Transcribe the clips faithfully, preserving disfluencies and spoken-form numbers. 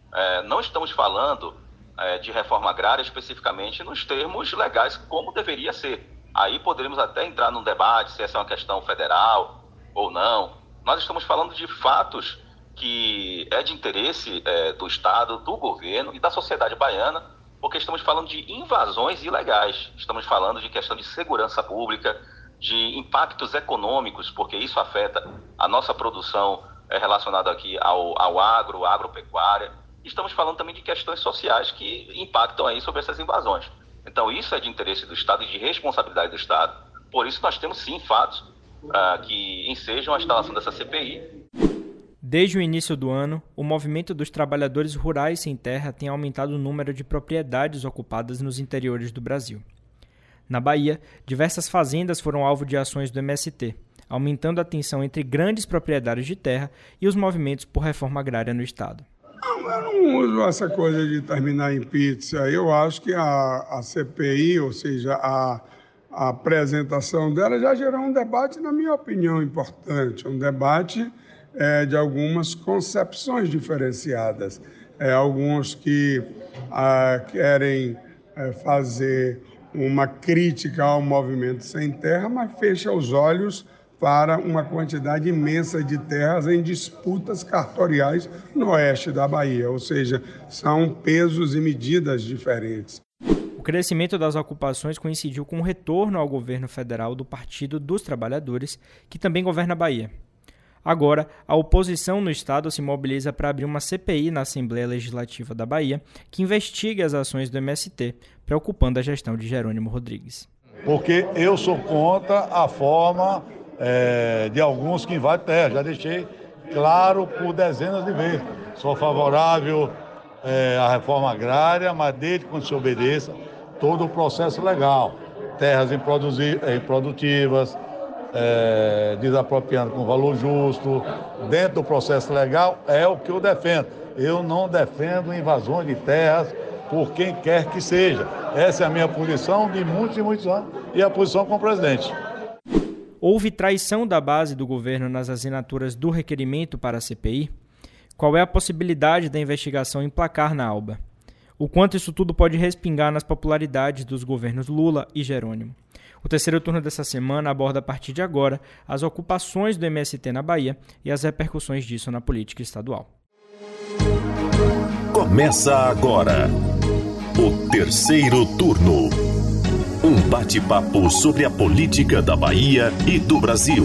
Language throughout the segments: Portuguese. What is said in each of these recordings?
É, não estamos falando é, de reforma agrária especificamente nos termos legais como deveria ser. Aí poderíamos até entrar num debate se essa é uma questão federal ou não. Nós estamos falando de fatos que é de interesse é, do Estado, do governo e da sociedade baiana, porque estamos falando de invasões ilegais, estamos falando de questão de segurança pública, de impactos econômicos, porque isso afeta a nossa produção é, relacionada aqui ao, ao agro, agropecuária. Estamos falando também de questões sociais que impactam aí sobre essas invasões. Então isso é de interesse do Estado e de responsabilidade do Estado. Por isso nós temos sim fatos uh, que ensejam a instalação dessa C P I. Desde o início do ano, o movimento dos trabalhadores rurais sem terra tem aumentado o número de propriedades ocupadas nos interiores do Brasil. Na Bahia, diversas fazendas foram alvo de ações do M S T, aumentando a tensão entre grandes proprietários de terra e os movimentos por reforma agrária no Estado. Não, eu não uso essa coisa de terminar em pizza. Eu acho que a, a C P I, ou seja, a, a apresentação dela já gerou um debate, na minha opinião, importante. Um debate é, de algumas concepções diferenciadas. É, alguns que ah, querem é, fazer uma crítica ao movimento sem terra, mas fecha os olhos para uma quantidade imensa de terras em disputas cartoriais no oeste da Bahia, ou seja, são pesos e medidas diferentes. O crescimento das ocupações coincidiu com o retorno ao governo federal do Partido dos Trabalhadores, que também governa a Bahia. Agora, a oposição no Estado se mobiliza para abrir uma C P I na Assembleia Legislativa da Bahia que investigue as ações do M S T, preocupando a gestão de Jerônimo Rodrigues. Porque eu sou contra a forma é, de alguns que invadem terra. Já deixei claro por dezenas de vezes. Sou favorável é, à reforma agrária, mas desde que se obedeça todo o processo legal. Terras improdutivas, É, desapropriando com valor justo, dentro do processo legal, é o que eu defendo. Eu não defendo invasões de terras por quem quer que seja. Essa é a minha posição de muitos e muitos anos e a posição com o presidente. Houve traição da base do governo nas assinaturas do requerimento para a C P I? Qual é a possibilidade da investigação emplacar na Alba? O quanto isso tudo pode respingar nas popularidades dos governos Lula e Jerônimo? O terceiro turno dessa semana aborda a partir de agora as ocupações do M S T na Bahia e as repercussões disso na política estadual. Começa agora o terceiro turno. Um bate-papo sobre a política da Bahia e do Brasil.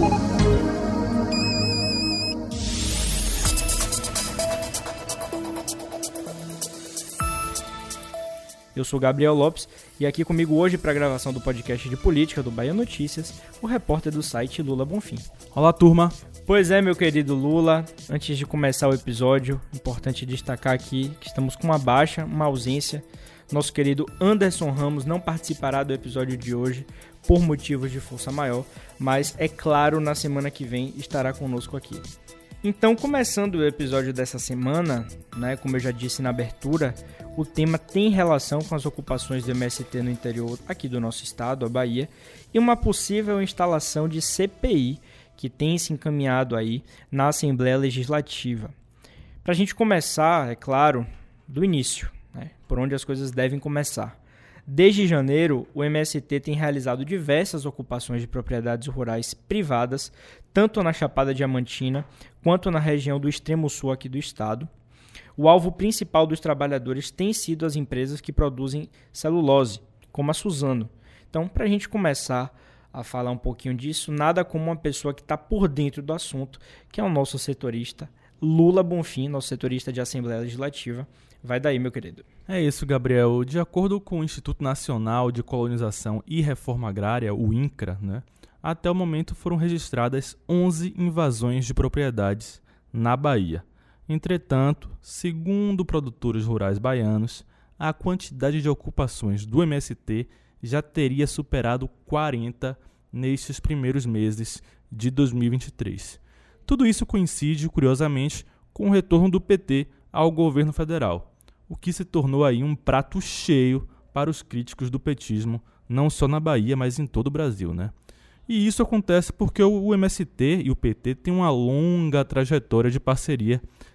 Eu sou Gabriel Lopes e aqui comigo hoje para a gravação do podcast de política do Bahia Notícias, o repórter do site Lula Bonfim. Olá, turma! Pois é, meu querido Lula, antes de começar o episódio, importante destacar aqui que estamos com uma baixa, uma ausência. Nosso querido Anderson Ramos não participará do episódio de hoje por motivos de força maior, mas é claro, na semana que vem estará conosco aqui. Então, começando o episódio dessa semana, né, como eu já disse na abertura, o tema tem relação com as ocupações do M S T no interior aqui do nosso estado, a Bahia, e uma possível instalação de C P I que tem se encaminhado aí na Assembleia Legislativa. Para a gente começar, é claro, do início, né, por onde as coisas devem começar. Desde janeiro, o M S T tem realizado diversas ocupações de propriedades rurais privadas, tanto na Chapada Diamantina quanto na região do extremo sul aqui do estado. O alvo principal dos trabalhadores tem sido as empresas que produzem celulose, como a Suzano. Então, para a gente começar a falar um pouquinho disso, nada como uma pessoa que está por dentro do assunto, que é o nosso setorista, Lula Bonfim, nosso setorista de Assembleia Legislativa. Vai daí, meu querido. É isso, Gabriel. De acordo com o Instituto Nacional de Colonização e Reforma Agrária, o INCRA, né, até o momento foram registradas onze invasões de propriedades na Bahia. Entretanto, segundo produtores rurais baianos, a quantidade de ocupações do M S T já teria superado quarenta nestes primeiros meses de dois mil e vinte e três. Tudo isso coincide, curiosamente, com o retorno do P T ao governo federal, o que se tornou aí um prato cheio para os críticos do petismo, não só na Bahia, mas em todo o Brasil, né? E isso acontece porque o M S T e o P T têm uma longa trajetória de parceria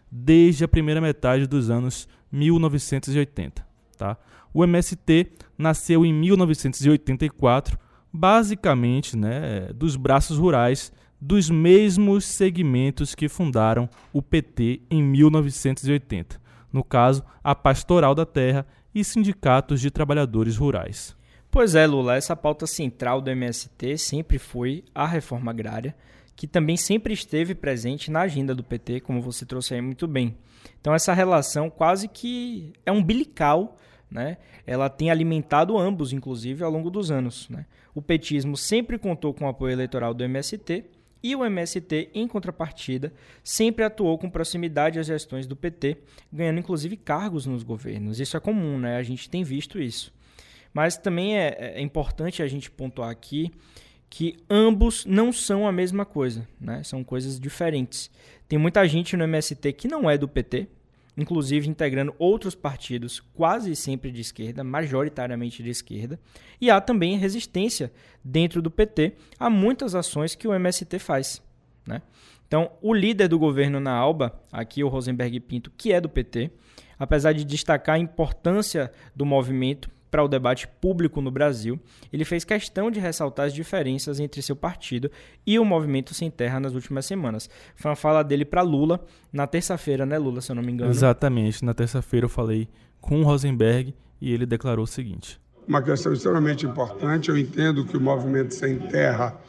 desde a primeira metade dos anos mil novecentos e oitenta. Tá? O M S T nasceu em mil novecentos e oitenta e quatro, basicamente, né, dos braços rurais dos mesmos segmentos que fundaram o P T em mil novecentos e oitenta, no caso, a Pastoral da Terra e sindicatos de trabalhadores rurais. Pois é, Lula, essa pauta central do M S T sempre foi a reforma agrária, que também sempre esteve presente na agenda do P T, como você trouxe aí muito bem. Então essa relação quase que é umbilical, né? Ela tem alimentado ambos, inclusive, ao longo dos anos, né? O petismo sempre contou com o apoio eleitoral do M S T e o M S T, em contrapartida, sempre atuou com proximidade às gestões do P T, ganhando inclusive cargos nos governos. Isso é comum, né? A gente tem visto isso. Mas também é, é importante a gente pontuar aqui que ambos não são a mesma coisa, né? São coisas diferentes. Tem muita gente no M S T que não é do P T, inclusive integrando outros partidos quase sempre de esquerda, majoritariamente de esquerda, e há também resistência dentro do P T a muitas ações que o M S T faz, né? Então, o líder do governo na Alba, aqui o Rosenberg Pinto, que é do P T, apesar de destacar a importância do movimento para o debate público no Brasil, ele fez questão de ressaltar as diferenças entre seu partido e o Movimento Sem Terra nas últimas semanas. Foi uma fala dele para Lula na terça-feira, né, Lula, se eu não me engano? Exatamente. Na terça-feira eu falei com o Rosenberg e ele declarou o seguinte. Uma questão extremamente importante. Eu entendo que o Movimento Sem Terra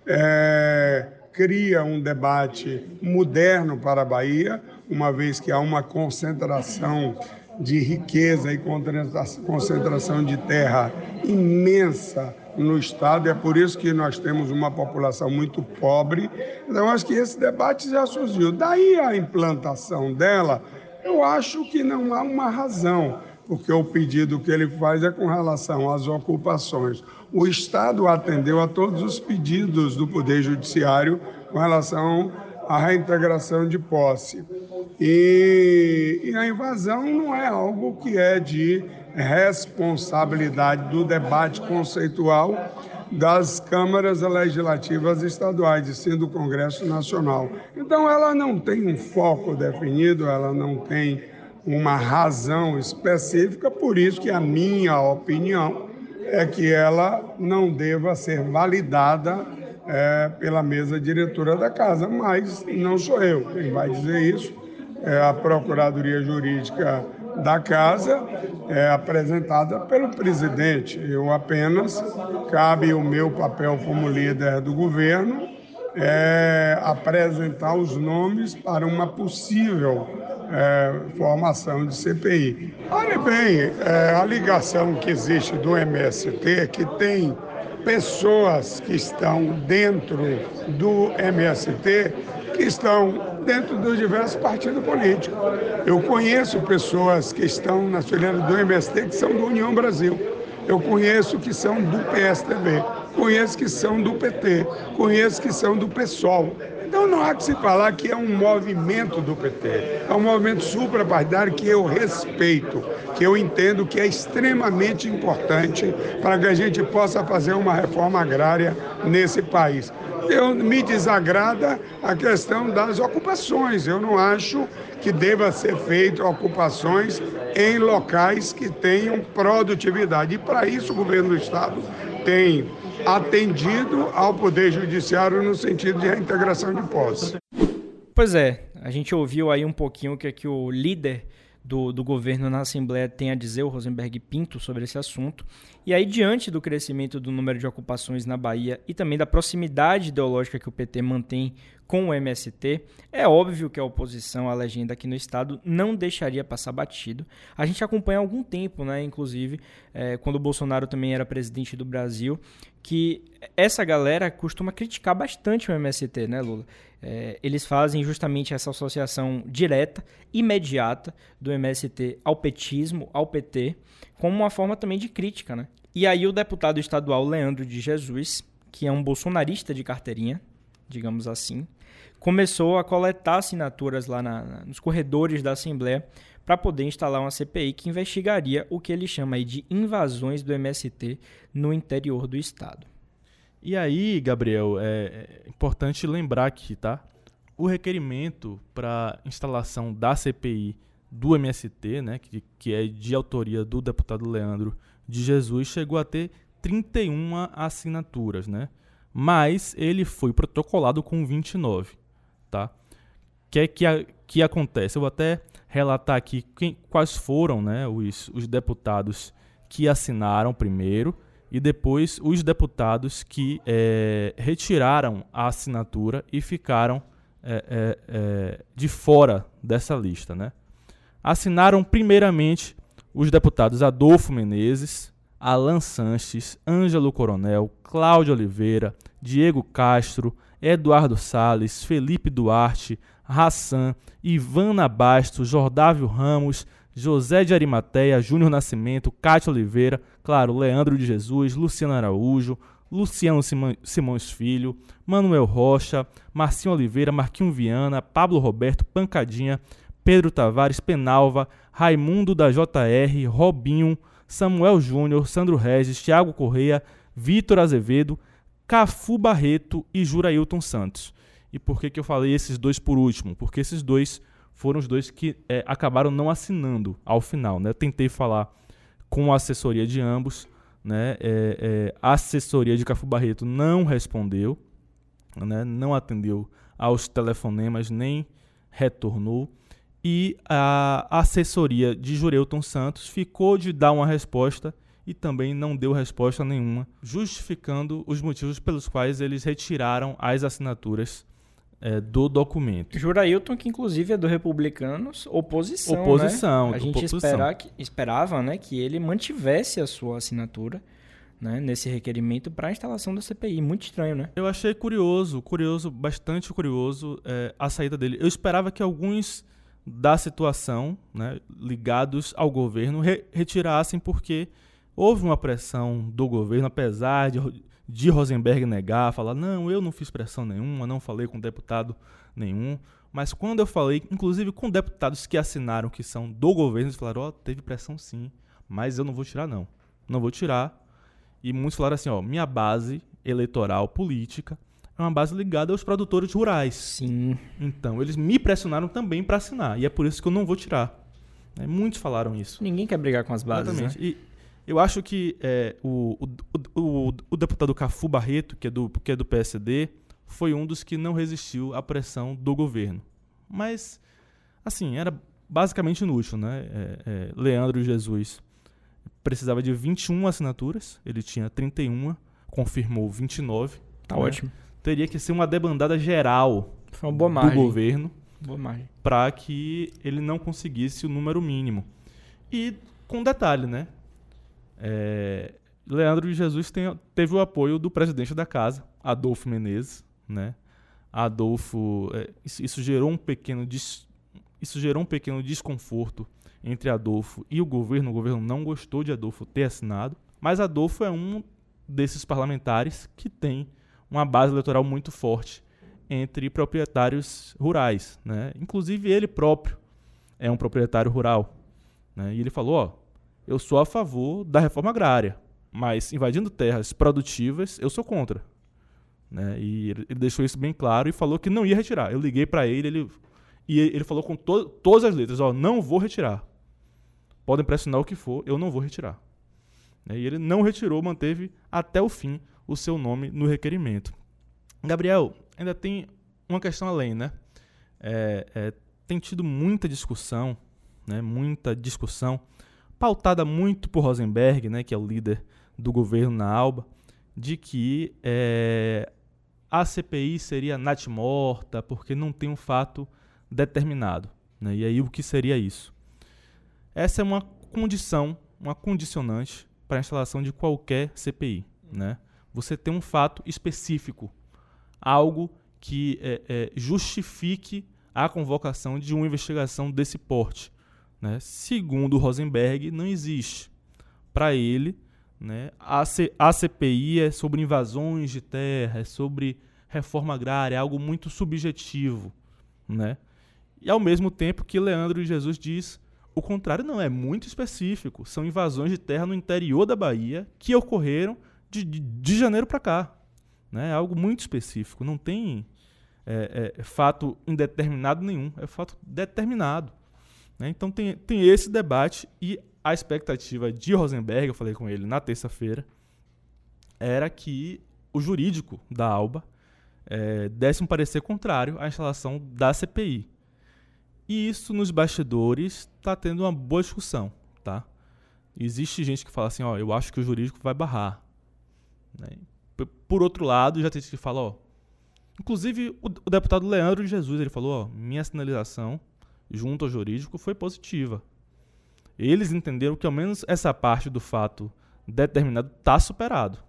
é, cria um debate moderno para a Bahia, uma vez que há uma concentração de riqueza e concentração de terra imensa no Estado. É por isso que nós temos uma população muito pobre. Então, acho que esse debate já surgiu. Daí a implantação dela, eu acho que não há uma razão, porque o pedido que ele faz é com relação às ocupações. O Estado atendeu a todos os pedidos do Poder Judiciário com relação à reintegração de posse. E, e a invasão não é algo que é de responsabilidade do debate conceitual das câmaras legislativas estaduais, e sim do Congresso Nacional. Então, ela não tem um foco definido, ela não tem uma razão específica, por isso que a minha opinião é que ela não deva ser validada é, pela mesa diretora da Casa, mas não sou eu quem vai dizer isso. É a Procuradoria Jurídica da Casa, é apresentada pelo presidente. Eu apenas, cabe o meu papel como líder do governo, é apresentar os nomes para uma possível é, formação de C P I. Olha bem, é, a ligação que existe do M S T, que tem pessoas que estão dentro do M S T, que estão dentro dos diversos partidos políticos. Eu conheço pessoas que estão nas fileiras do M S T que são do União Brasil. Eu conheço que são do P S D B. Conheço que são do P T. Conheço que são do PSOL. Então não há que se falar que é um movimento do P T. É um movimento suprapartidário que eu respeito, que eu entendo que é extremamente importante para que a gente possa fazer uma reforma agrária nesse país. Eu, me desagrada a questão das ocupações. Eu não acho que deva ser feito ocupações em locais que tenham produtividade. E para isso o governo do Estado tem atendido ao Poder Judiciário no sentido de reintegração de posse. Pois é, a gente ouviu aí um pouquinho o que, é que o líder do, do governo na Assembleia tem a dizer, o Rosenberg Pinto, sobre esse assunto. E aí, diante do crescimento do número de ocupações na Bahia e também da proximidade ideológica que o P T mantém com o M S T, é óbvio que a oposição à legenda aqui no Estado não deixaria passar batido. A gente acompanha há algum tempo, né, inclusive, é, quando o Bolsonaro também era presidente do Brasil, que essa galera costuma criticar bastante o M S T, né, Lula? É, eles fazem justamente essa associação direta, imediata, do M S T ao petismo, ao P T, como uma forma também de crítica, né? E aí o deputado estadual Leandro de Jesus, que é um bolsonarista de carteirinha, digamos assim, começou a coletar assinaturas lá na, na, nos corredores da Assembleia para poder instalar uma C P I que investigaria o que ele chama aí de invasões do M S T no interior do Estado. E aí, Gabriel, é importante lembrar aqui, tá? o requerimento para instalação da C P I do M S T, né, que, que é de autoria do deputado Leandro de Jesus, chegou a ter trinta e uma assinaturas, né? Mas ele foi protocolado com vinte e nove, tá? Que é que, a, que acontece? Eu vou até relatar aqui quem, quais foram, né, os, os deputados que assinaram primeiro e depois os deputados que é, retiraram a assinatura e ficaram é, é, é, de fora dessa lista, né? Assinaram primeiramente os deputados Adolfo Menezes, Alan Sanches, Ângelo Coronel, Cláudio Oliveira, Diego Castro, Eduardo Salles, Felipe Duarte, Hassan, Ivana Bastos, Jordávio Ramos, José de Arimateia, Júnior Nascimento, Cátia Oliveira, claro, Leandro de Jesus, Luciano Araújo, Luciano Simões Filho, Manuel Rocha, Marcinho Oliveira, Marquinho Viana, Pablo Roberto, Pancadinha, Pedro Tavares, Penalva, Raimundo da J R, Robinho, Samuel Júnior, Sandro Regis, Thiago Correia, Vitor Azevedo, Cafu Barreto e Jurailton Santos. E por que, que eu falei esses dois por último? Porque esses dois foram os dois que é, acabaram não assinando ao final, né? Eu tentei falar com a assessoria de ambos, né? É, é, a assessoria de Cafu Barreto não respondeu, né? Não atendeu aos telefonemas, nem retornou. E a assessoria de Jurailton Santos ficou de dar uma resposta e também não deu resposta nenhuma, justificando os motivos pelos quais eles retiraram as assinaturas é, do documento. Jurailton, que inclusive é do Republicanos, oposição, oposição, né? A gente oposição. Espera que, esperava, né, que ele mantivesse a sua assinatura, né, nesse requerimento para a instalação da C P I. Muito estranho, né? Eu achei curioso, curioso, bastante curioso é, a saída dele. Eu esperava que alguns da situação, né, ligados ao governo, re- retirassem, porque houve uma pressão do governo, apesar de, de Rosenberg negar, falar, não, eu não fiz pressão nenhuma, não falei com deputado nenhum, mas quando eu falei, inclusive com deputados que assinaram, que são do governo, eles falaram, ó, oh, teve pressão sim, mas eu não vou tirar não, não vou tirar, e muitos falaram assim, ó, minha base eleitoral política é uma base ligada aos produtores rurais. Sim. Então, eles me pressionaram também para assinar. E é por isso que eu não vou tirar. É, muitos falaram isso. Ninguém quer brigar com as bases, exatamente. Né? E eu acho que é, o, o, o, o deputado Cafu Barreto, que é, do, que é do P S D, foi um dos que não resistiu à pressão do governo. Mas, assim, era basicamente inútil, né? É, é, Leandro Jesus precisava de vinte e uma assinaturas, ele tinha trinta e um, confirmou vinte e nove. Tá né? ótimo. Teria que ser uma debandada geral Foi uma boa do margem. governo para que ele não conseguisse o número mínimo. E com detalhe, né? É, Leandro de Jesus tem, teve o apoio do presidente da casa, Adolfo Menezes, né? Adolfo, é, isso, isso gerou um pequeno des, isso gerou um pequeno desconforto entre Adolfo e o governo. O governo não gostou de Adolfo ter assinado, mas Adolfo é um desses parlamentares que tem uma base eleitoral muito forte entre proprietários rurais, né? Inclusive ele próprio é um proprietário rural, né? E ele falou, ó, eu sou a favor da reforma agrária, mas invadindo terras produtivas eu sou contra, né? E ele, ele deixou isso bem claro e falou que não ia retirar. Eu liguei para ele, ele e ele falou com to, todas as letras, ó, não vou retirar. Podem pressionar o que for, eu não vou retirar. E ele não retirou, manteve até o fim o seu nome no requerimento. Gabriel, ainda tem uma questão além, né? É, é, tem tido muita discussão, né? Muita discussão, pautada muito por Rosenberg, né? Que é o líder do governo na Alba, de que é, a C P I seria natimorta porque não tem um fato determinado, né? E aí o que seria isso? Essa é uma condição, uma condicionante para a instalação de qualquer C P I, né? Você tem um fato específico, algo que é, é, justifique a convocação de uma investigação desse porte, né? Segundo Rosenberg, não existe. Para ele, né, a, C, a C P I é sobre invasões de terra, é sobre reforma agrária, é algo muito subjetivo, né? E ao mesmo tempo que Leandro de Jesus diz o contrário, não, é muito específico. São invasões de terra no interior da Bahia que ocorreram de, de, de janeiro para cá. Né? É algo muito específico. Não tem, é, é, fato indeterminado nenhum, é fato determinado. Né? Então tem, tem esse debate e a expectativa de Rosenberg, eu falei com ele na terça-feira, era que o jurídico da ALBA é, desse um parecer contrário à instalação da C P I. E isso nos bastidores está tendo uma boa discussão. Tá? Existe gente que fala assim, ó, eu acho que o jurídico vai barrar. Né? Por outro lado, já tem gente que fala, ó, inclusive o, o deputado Leandro de Jesus, ele falou, ó, minha sinalização junto ao jurídico foi positiva. Eles entenderam que ao menos essa parte do fato determinado está superado.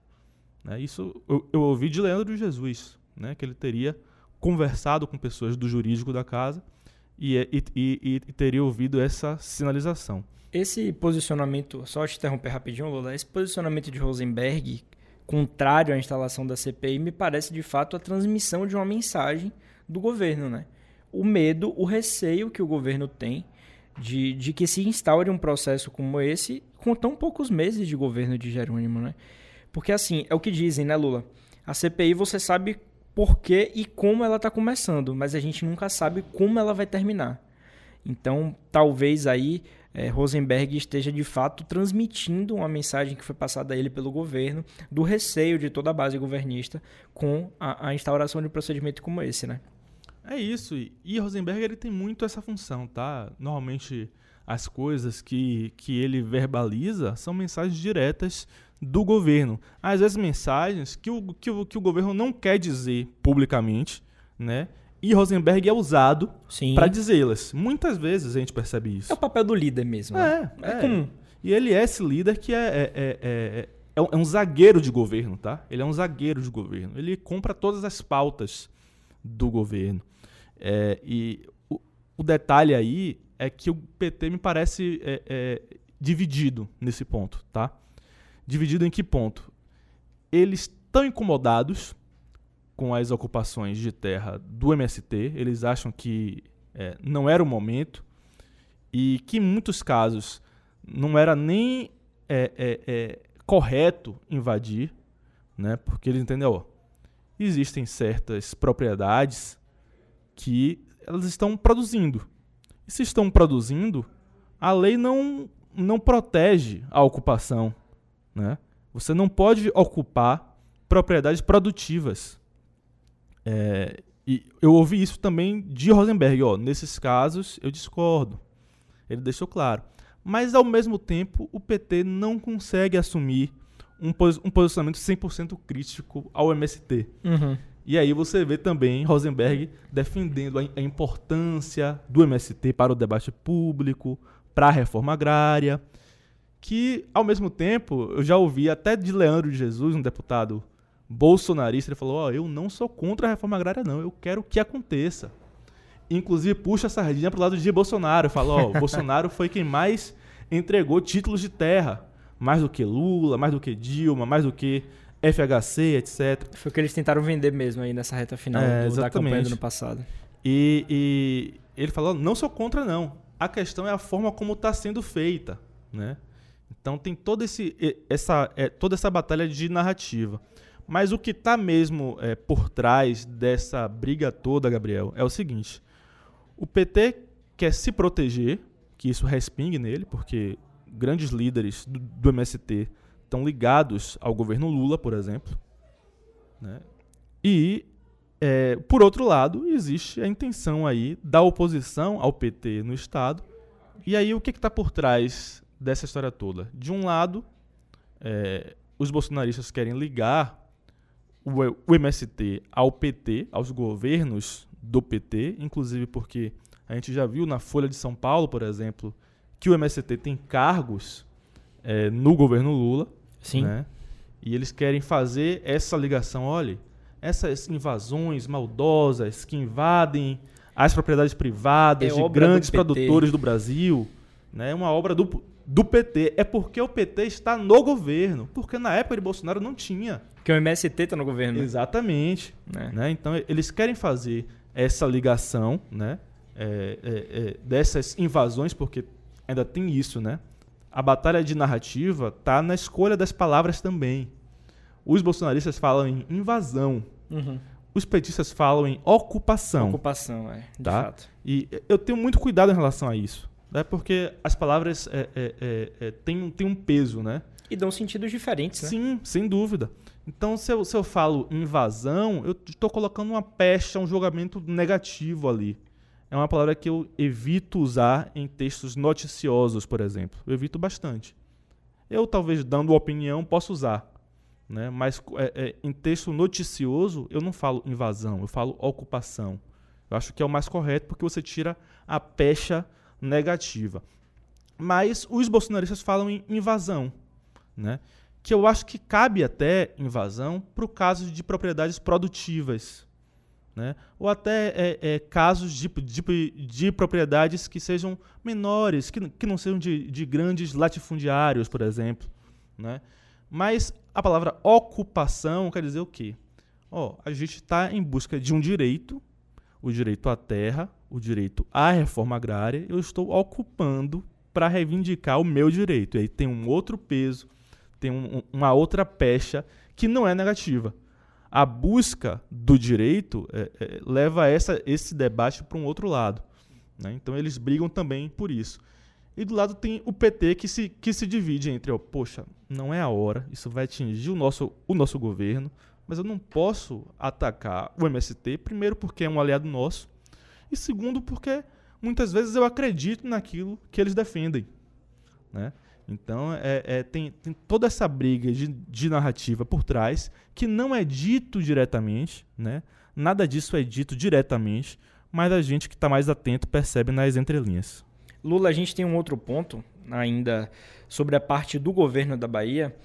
Né? Isso eu, eu ouvi de Leandro de Jesus, né? Que ele teria conversado com pessoas do jurídico da casa e, e, e, e teria ouvido essa sinalização. Esse posicionamento, só te interromper rapidinho, Lula, esse posicionamento de Rosenberg, contrário à instalação da C P I, me parece de fato a transmissão de uma mensagem do governo, né? O medo, o receio que o governo tem de, de que se instaure um processo como esse com tão poucos meses de governo de Jerônimo, né? Porque assim, é o que dizem, né, Lula? A C P I você sabe por que e como ela está começando, mas a gente nunca sabe como ela vai terminar. Então, talvez aí é, Rosenberg esteja de fato transmitindo uma mensagem que foi passada a ele pelo governo, do receio de toda a base governista com a, a instauração de um procedimento como esse, né? É isso, e Rosenberg ele tem muito essa função, tá? Normalmente as coisas que, que ele verbaliza são mensagens diretas do governo. Às vezes mensagens que o, que o, que o governo não quer dizer publicamente, né? E Rosenberg é usado para dizê-las. Muitas vezes a gente percebe isso. É o papel do líder mesmo. É, né? é, é. comum. E ele é esse líder que é, é, é, é, é, um, é um zagueiro de governo, tá? Ele é um zagueiro de governo. Ele compra todas as pautas do governo. É, e o, o detalhe aí é que o P T me parece é, é, dividido nesse ponto, tá? Dividido em que ponto? Eles estão incomodados com as ocupações de terra do M S T, eles acham que é, não era o momento e que em muitos casos não era nem é, é, é, correto invadir, né? Porque eles entendem, ó, existem certas propriedades que elas estão produzindo. E se estão produzindo, a lei não, não protege a ocupação. Né? Você não pode ocupar propriedades produtivas. É, e eu ouvi isso também de Rosenberg. Ó, nesses casos, eu discordo. Ele deixou claro. Mas, ao mesmo tempo, o P T não consegue assumir um, pos- um posicionamento cem por cento crítico ao M S T. Uhum. E aí você vê também Rosenberg defendendo a, a importância do M S T para o debate público, para a reforma agrária, que, ao mesmo tempo, eu já ouvi até de Leandro de Jesus, um deputado bolsonarista, ele falou, ó, oh, eu não sou contra a reforma agrária não, eu quero que aconteça. Inclusive puxa a sardinha para o lado de Bolsonaro, fala, ó, oh, Bolsonaro foi quem mais entregou títulos de terra, mais do que Lula, mais do que Dilma, mais do que F H C, etcétera. Foi o que eles tentaram vender mesmo aí nessa reta final é, do, da campanha do ano passado. E, e ele falou, não sou contra não, a questão é a forma como está sendo feita, né? Então tem todo esse, essa, é, toda essa batalha de narrativa. Mas o que está mesmo é, por trás dessa briga toda, Gabriel, é o seguinte. O P T quer se proteger, que isso respingue nele, porque grandes líderes do, do M S T estão ligados ao governo Lula, por exemplo. Né? E, é, por outro lado, existe a intenção aí da oposição ao P T no Estado. E aí o que está por trás dessa história toda? De um lado, é, os bolsonaristas querem ligar o, o M S T ao P T, aos governos do P T, inclusive porque a gente já viu na Folha de São Paulo, por exemplo, que o M S T tem cargos é, no governo Lula. Sim. Né? E eles querem fazer essa ligação, olha, essas invasões maldosas que invadem as propriedades privadas é de grandes do produtores do Brasil, né? É uma obra do, do P T. É porque o P T está no governo, porque na época de Bolsonaro não tinha. Porque o M S T está no governo. Exatamente. É. Né? Então eles querem fazer essa ligação, né? é, é, é, dessas invasões, porque ainda tem isso, né? A batalha de narrativa está na escolha das palavras também. Os bolsonaristas falam em invasão. Uhum. os petistas falam em ocupação. Ocupação, é, de tá? fato. E eu tenho muito cuidado em relação a isso, né? Porque as palavras é, é, é, é, têm, têm um peso, né? E dão sentidos diferentes, né? Sim, sem dúvida. Então, se eu, se eu falo invasão, eu estou colocando uma pecha, um julgamento negativo ali. É uma palavra que eu evito usar em textos noticiosos, por exemplo. Eu evito bastante. Eu, talvez, dando opinião, posso usar. Né? Mas é, é, em texto noticioso, eu não falo invasão, eu falo ocupação. Eu acho que é o mais correto, porque você tira a pecha negativa. Mas os bolsonaristas falam em invasão, né? Que eu acho que cabe até invasão para o caso de propriedades produtivas, né? Ou até é, é, casos de, de, de propriedades que sejam menores, que, que não sejam de, de grandes latifundiários, por exemplo, né? Mas a palavra ocupação quer dizer o quê? Oh, a gente está em busca de um direito, o direito à terra, o direito à reforma agrária, eu estou ocupando para reivindicar o meu direito. E aí tem um outro peso, tem um, uma outra pecha que não é negativa. A busca do direito é, é, leva essa, esse debate para um outro lado, né? Então eles brigam também por isso. E do lado tem o P T que se, que se divide entre, ó, poxa, não é a hora, isso vai atingir o nosso, o nosso governo, mas eu não posso atacar o M S T, primeiro porque é um aliado nosso, e segundo porque muitas vezes eu acredito naquilo que eles defendem, né? Então é, é, tem, tem toda essa briga de, de narrativa por trás, que não é dito diretamente, né? Nada disso é dito diretamente, mas a gente que está mais atento percebe nas entrelinhas. Lula, a gente tem um outro ponto ainda sobre a parte do governo da Bahia.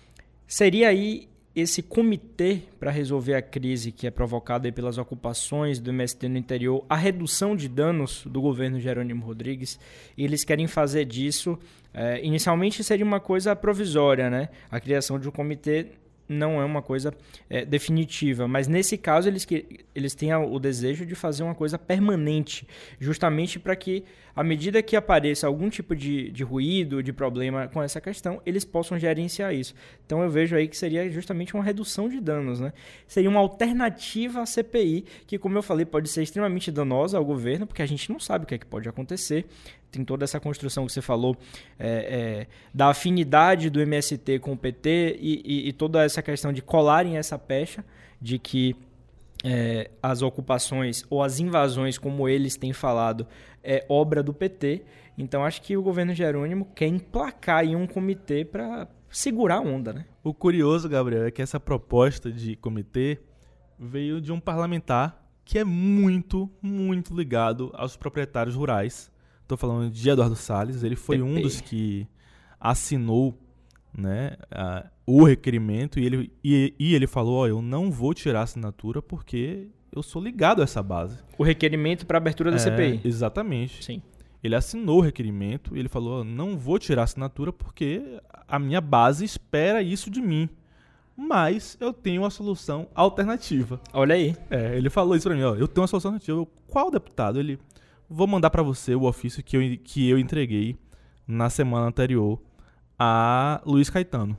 Seria aí esse comitê para resolver a crise que é provocada aí pelas ocupações do M S T no interior, a redução de danos do governo Jerônimo Rodrigues, e eles querem fazer disso, é, inicialmente seria uma coisa provisória, né? A criação de um comitê não é uma coisa é, definitiva, mas nesse caso eles, que, eles têm o desejo de fazer uma coisa permanente, justamente para que, à medida que apareça algum tipo de, de ruído, de problema com essa questão, eles possam gerenciar isso. Então eu vejo aí que seria justamente uma redução de danos, né? Seria uma alternativa à C P I, que, como eu falei, pode ser extremamente danosa ao governo, porque a gente não sabe o que é que pode acontecer. Tem toda essa construção que você falou é, é, da afinidade do M S T com o P T e, e, e toda essa questão de colarem essa pecha de que é, as ocupações ou as invasões, como eles têm falado, é obra do P T. Então acho que o governo Jerônimo quer emplacar aí um comitê para segurar a onda, né? O curioso, Gabriel, é que essa proposta de comitê veio de um parlamentar que é muito, muito ligado aos proprietários rurais. Estou falando de Eduardo Salles, ele foi P P. Um dos que assinou, né, uh, o requerimento e ele, e, e ele falou, ó, eu não vou tirar a assinatura porque eu sou ligado a essa base. O requerimento para abertura da é, C P I. Exatamente. Sim. Ele assinou o requerimento e ele falou, ó, não vou tirar a assinatura porque a minha base espera isso de mim. Mas eu tenho uma solução alternativa. Olha aí. É, ele falou isso para mim, ó, eu tenho uma solução alternativa. Eu, qual deputado? Ele... Vou mandar para você o ofício que eu, que eu entreguei na semana anterior a Luiz Caetano.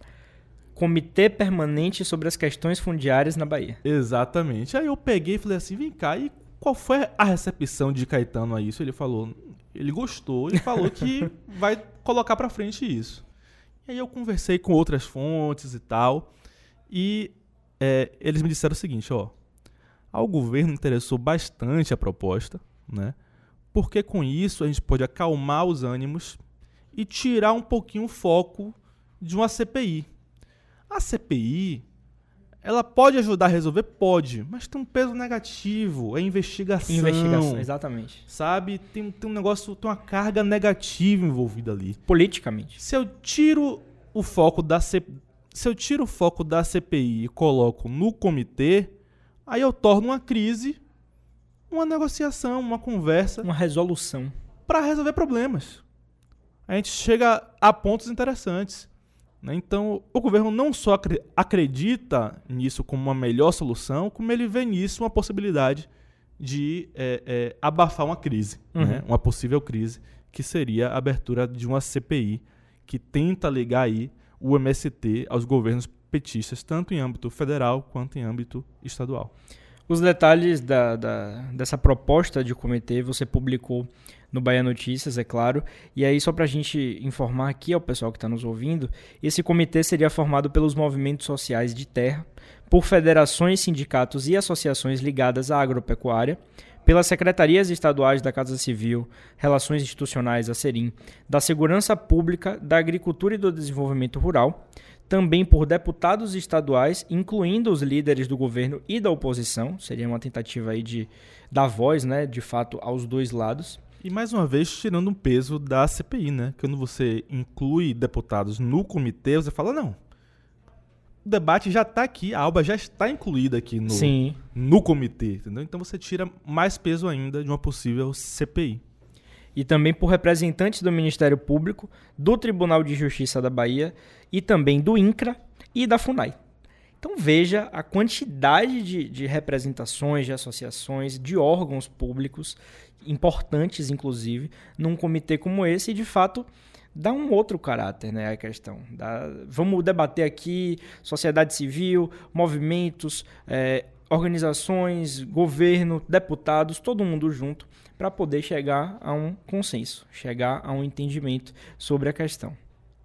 Comitê Permanente sobre as Questões Fundiárias na Bahia. Exatamente. Aí eu peguei e falei assim, vem cá, e qual foi a recepção de Caetano a isso? Ele falou, ele gostou e falou que vai colocar para frente isso. E aí eu conversei com outras fontes e tal, e é, eles me disseram o seguinte, ó, ao governo interessou bastante a proposta, né? Porque com isso a gente pode acalmar os ânimos e tirar um pouquinho o foco de uma C P I. A C P I, ela pode ajudar a resolver? Pode, mas tem um peso negativo, é investigação. Investigação, exatamente. Sabe? Tem, tem um negócio, tem uma carga negativa envolvida ali. Politicamente. Se eu tiro o foco da C... Se eu tiro o foco da C P I e coloco no comitê, aí eu torno uma crise uma negociação, uma conversa. Uma resolução. Para resolver problemas. A gente chega a pontos interessantes, né? Então, o governo não só acredita nisso como uma melhor solução, como ele vê nisso uma possibilidade de é, é, abafar uma crise, uhum. né? Uma possível crise, que seria a abertura de uma C P I que tenta ligar aí o M S T aos governos petistas, tanto em âmbito federal quanto em âmbito estadual. Os detalhes da, da, dessa proposta de comitê você publicou no Bahia Notícias, é claro. E aí, só para a gente informar aqui ao pessoal que está nos ouvindo, esse comitê seria formado pelos movimentos sociais de terra, por federações, sindicatos e associações ligadas à agropecuária, pelas secretarias estaduais da Casa Civil, Relações Institucionais, a SERIM, da Segurança Pública, da Agricultura e do Desenvolvimento Rural, também por deputados estaduais, incluindo os líderes do governo e da oposição. Seria uma tentativa aí de dar voz, né, de fato, aos dois lados. E mais uma vez, tirando um peso da C P I, né? Quando você inclui deputados no comitê, você fala, não, o debate já está aqui, a Alba já está incluída aqui no, Sim. no comitê, entendeu? Então você tira mais peso ainda de uma possível C P I. E também por representantes do Ministério Público, do Tribunal de Justiça da Bahia e também do INCRA e da FUNAI. Então veja a quantidade de, de representações, de associações, de órgãos públicos, importantes inclusive, num comitê como esse, e de fato dá um outro caráter, né, a questão. Dá, vamos debater aqui sociedade civil, movimentos, é, organizações, governo, deputados, todo mundo junto, para poder chegar a um consenso, chegar a um entendimento sobre a questão.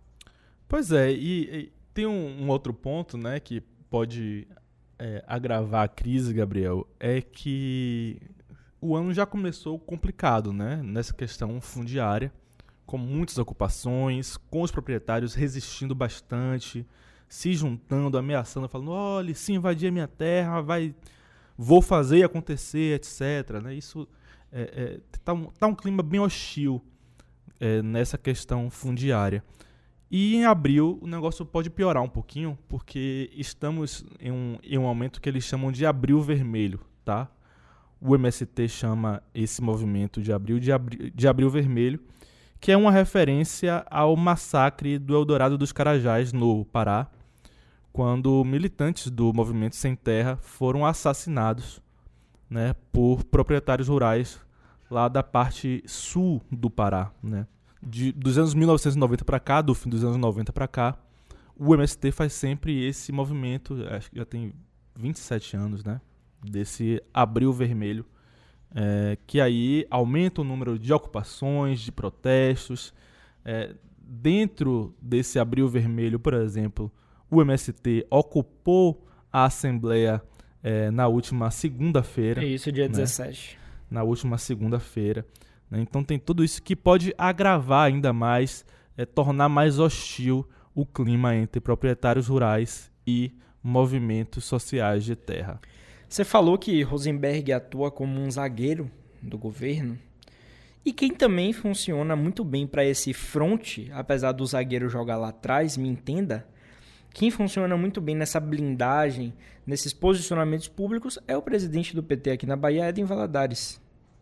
Pois é, e, e tem um, um outro ponto, né, que pode é, agravar a crise, Gabriel, é que o ano já começou complicado, né, nessa questão fundiária, com muitas ocupações, com os proprietários resistindo bastante, se juntando, ameaçando, falando, olha, se invadir a minha terra, vai, vou fazer acontecer, etcétera. Né? Isso é, é, tá, um, tá um clima bem hostil é, nessa questão fundiária. E em abril o negócio pode piorar um pouquinho, porque estamos em um, em um momento que eles chamam de abril vermelho, tá? O M S T chama esse movimento de abril de, abri, de abril vermelho, que é uma referência ao massacre do Eldorado dos Carajás, no Pará, quando militantes do Movimento Sem Terra foram assassinados, né, por proprietários rurais lá da parte sul do Pará, né? De, dos anos mil novecentos e noventa para cá, do fim dos anos noventa para cá, o M S T faz sempre esse movimento, acho que já tem vinte e sete anos, né, desse abril vermelho, é, que aí aumenta o número de ocupações, de protestos. É, dentro desse abril vermelho, por exemplo, o M S T ocupou a Assembleia é, na última segunda-feira. É isso, dia né, dezessete. Na última segunda-feira. Né? Então tem tudo isso que pode agravar ainda mais, é, tornar mais hostil o clima entre proprietários rurais e movimentos sociais de terra. Você falou que Rosenberg atua como um zagueiro do governo. E quem também funciona muito bem para esse fronte, apesar do zagueiro jogar lá atrás, me entenda, quem funciona muito bem nessa blindagem, nesses posicionamentos públicos, é o presidente do P T aqui na Bahia, Edem Valadares.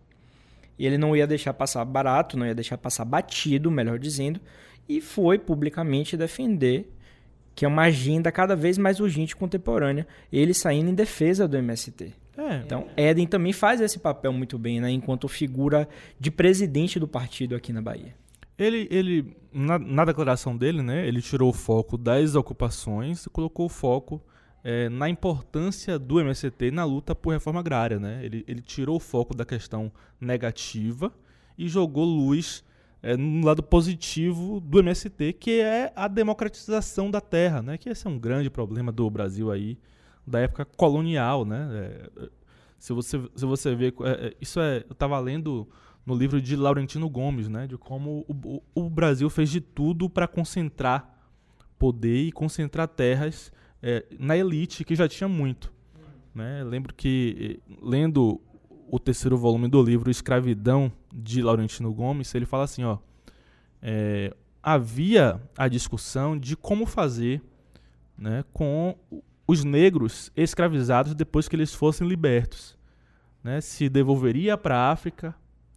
E ele não ia deixar passar barato, não ia deixar passar batido, melhor dizendo, e foi publicamente defender que é uma agenda cada vez mais urgente e contemporânea, ele saindo em defesa do M S T. É. Então, Edem também faz esse papel muito bem, né, enquanto figura de presidente do partido aqui na Bahia. Ele, ele na, na declaração dele, né, ele tirou o foco das ocupações e colocou o foco é, na importância do M S T na luta por reforma agrária. Né? Ele, ele tirou o foco da questão negativa e jogou luz é, no lado positivo do M S T, que é a democratização da terra, né? Que esse é um grande problema do Brasil aí, da época colonial. Né? É, se, você, se você ver, é, isso é, eu estava lendo no livro de Laurentino Gomes, né, de como o, o Brasil fez de tudo para concentrar poder e concentrar terras é, na elite, que já tinha muito. Né? Lembro que, lendo o terceiro volume do livro Escravidão, de Laurentino Gomes, ele fala assim, ó, é, havia a discussão de como fazer, né, com os negros escravizados depois que eles fossem libertos. Né? Se devolveria para a África,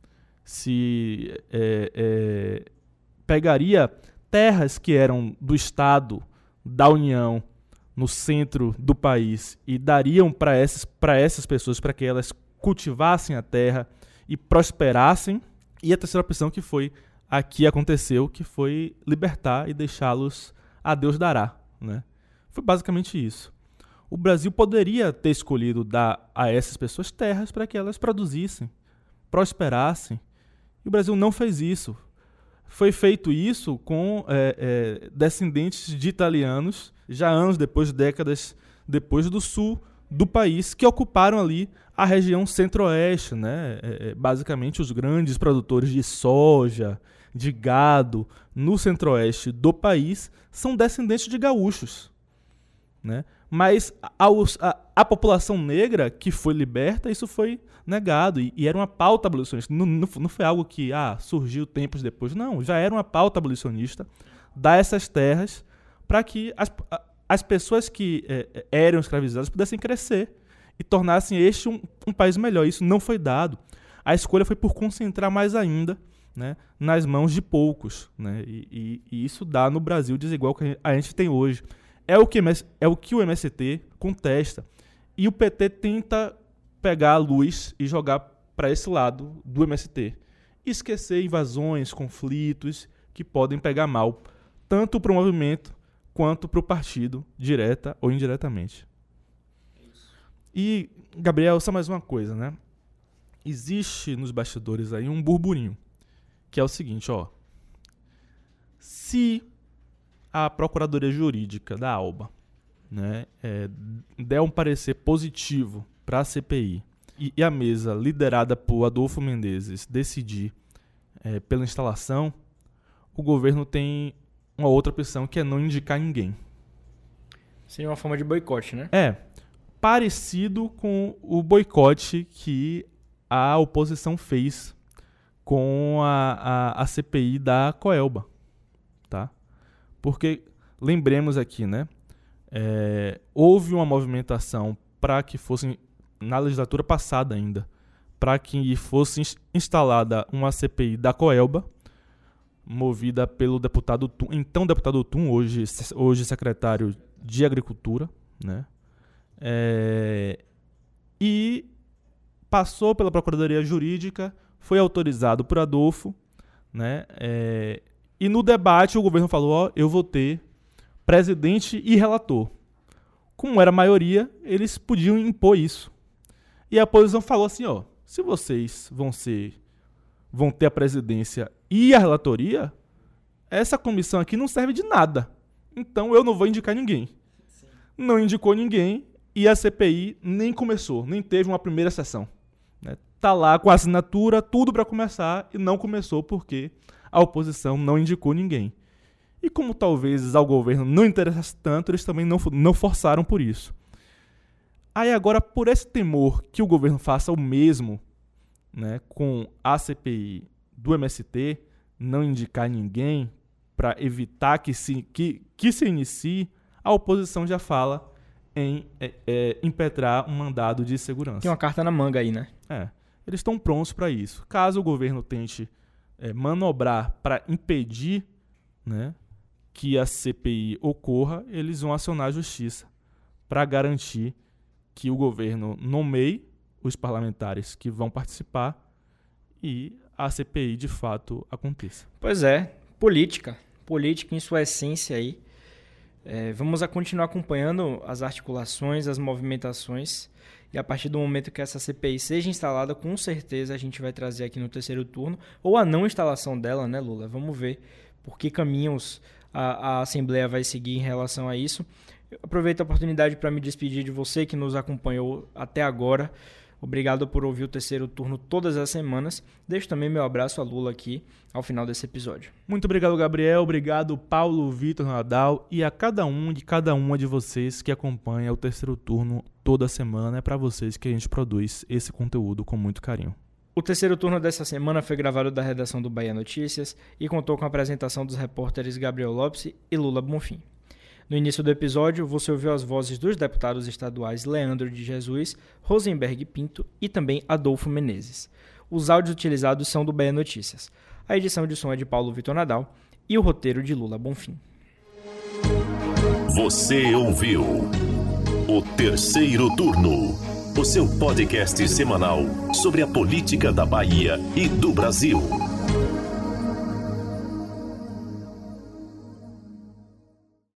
se é, é, pegaria terras que eram do Estado, da União, no centro do país, e dariam para essas, para essas pessoas, para que elas cultivassem a terra e prosperassem. E a terceira opção, que foi a que aconteceu, que foi libertar e deixá-los a Deus dará. Né? Foi basicamente isso. o Brasil poderia ter escolhido dar a essas pessoas terras para que elas produzissem, prosperassem. E o Brasil não fez isso. Foi feito isso com é, é, descendentes de italianos, já anos depois, décadas depois, do sul do país, que ocuparam ali a região centro-oeste, né? É, basicamente os grandes produtores de soja, de gado no centro-oeste do país são descendentes de gaúchos, né? Mas a, a, a população negra que foi liberta, isso foi negado, e, e era uma pauta abolicionista. Não, não, não foi algo que ah, surgiu tempos depois, não, já era uma pauta abolicionista dar essas terras para que as, as pessoas que é, eram escravizadas pudessem crescer e tornassem este um, um país melhor. Isso não foi dado. A escolha foi por concentrar mais ainda, né, nas mãos de poucos, né, e, e, e isso dá no Brasil desigual que a gente tem hoje. É o que, é o que o M S T contesta. E o P T tenta pegar a luz e jogar para esse lado do M S T. Esquecer invasões, conflitos que podem pegar mal, tanto para o movimento quanto para o partido, direta ou indiretamente. E, Gabriel, só mais uma coisa, né? Existe nos bastidores aí um burburinho, que é o seguinte, ó. Se a Procuradoria Jurídica da ALBA, né, é, der um parecer positivo para a C P I e, e a mesa liderada por Adolfo Menezes decidir é, pela instalação, o governo tem uma outra opção, que é não indicar ninguém. Seria uma forma de boicote, né? É, parecido com o boicote que a oposição fez com a, a, a C P I da Coelba, tá? Porque, lembremos aqui, né, é, houve uma movimentação para que fosse, na legislatura passada ainda, para que fosse instalada uma C P I da Coelba, movida pelo deputado Tum, então deputado Tum, hoje, hoje secretário de Agricultura, né, é, e passou pela Procuradoria Jurídica, foi autorizado por Adolfo, né, é, e no debate o governo falou, ó, eu vou ter presidente e relator. Como era a maioria, eles podiam impor isso. E a oposição falou assim, ó, se vocês vão ser, vão ter a presidência e a relatoria, essa comissão aqui não serve de nada. Então eu não vou indicar ninguém. Sim. Não indicou ninguém e a C P I nem começou, nem teve uma primeira sessão. Né? Tá lá com a assinatura, tudo para começar, e não começou porque a oposição não indicou ninguém. E como talvez ao governo não interessasse tanto, eles também não, não forçaram por isso. Aí agora, por esse temor que o governo faça o mesmo, né, com a C P I do M S T, não indicar ninguém para evitar que se, que, que se inicie, a oposição já fala em é, é, impetrar um mandado de segurança. Tem uma carta na manga aí, né? É, eles estão prontos para isso. Caso o governo tente É, manobrar para impedir, né, que a C P I ocorra, eles vão acionar a justiça para garantir que o governo nomeie os parlamentares que vão participar e a C P I de fato aconteça. Pois é, política, política em sua essência aí. É, vamos a continuar acompanhando as articulações, as movimentações. E a partir do momento que essa C P I seja instalada, com certeza a gente vai trazer aqui no terceiro turno, ou a não instalação dela, né, Lula? Vamos ver por que caminhos a, a Assembleia vai seguir em relação a isso. Eu aproveito a oportunidade para me despedir de você que nos acompanhou até agora. Obrigado por ouvir o terceiro turno todas as semanas. Deixo também meu abraço a Lula aqui ao final desse episódio. Muito obrigado, Gabriel. Obrigado, Paulo, Vitor, Nadal e a cada um de cada uma de vocês que acompanha o terceiro turno toda semana. É para vocês que a gente produz esse conteúdo com muito carinho. O terceiro turno dessa semana foi gravado da redação do Bahia Notícias e contou com a apresentação dos repórteres Gabriel Lopes e Lula Bonfim. No início do episódio, você ouviu as vozes dos deputados estaduais Leandro de Jesus, Rosenberg Pinto e também Adolfo Menezes. Os áudios utilizados são do Bahia Notícias. A edição de som é de Paulo Vitor Nadal e o roteiro de Lula Bonfim. Você ouviu o Terceiro Turno, o seu podcast semanal sobre a política da Bahia e do Brasil.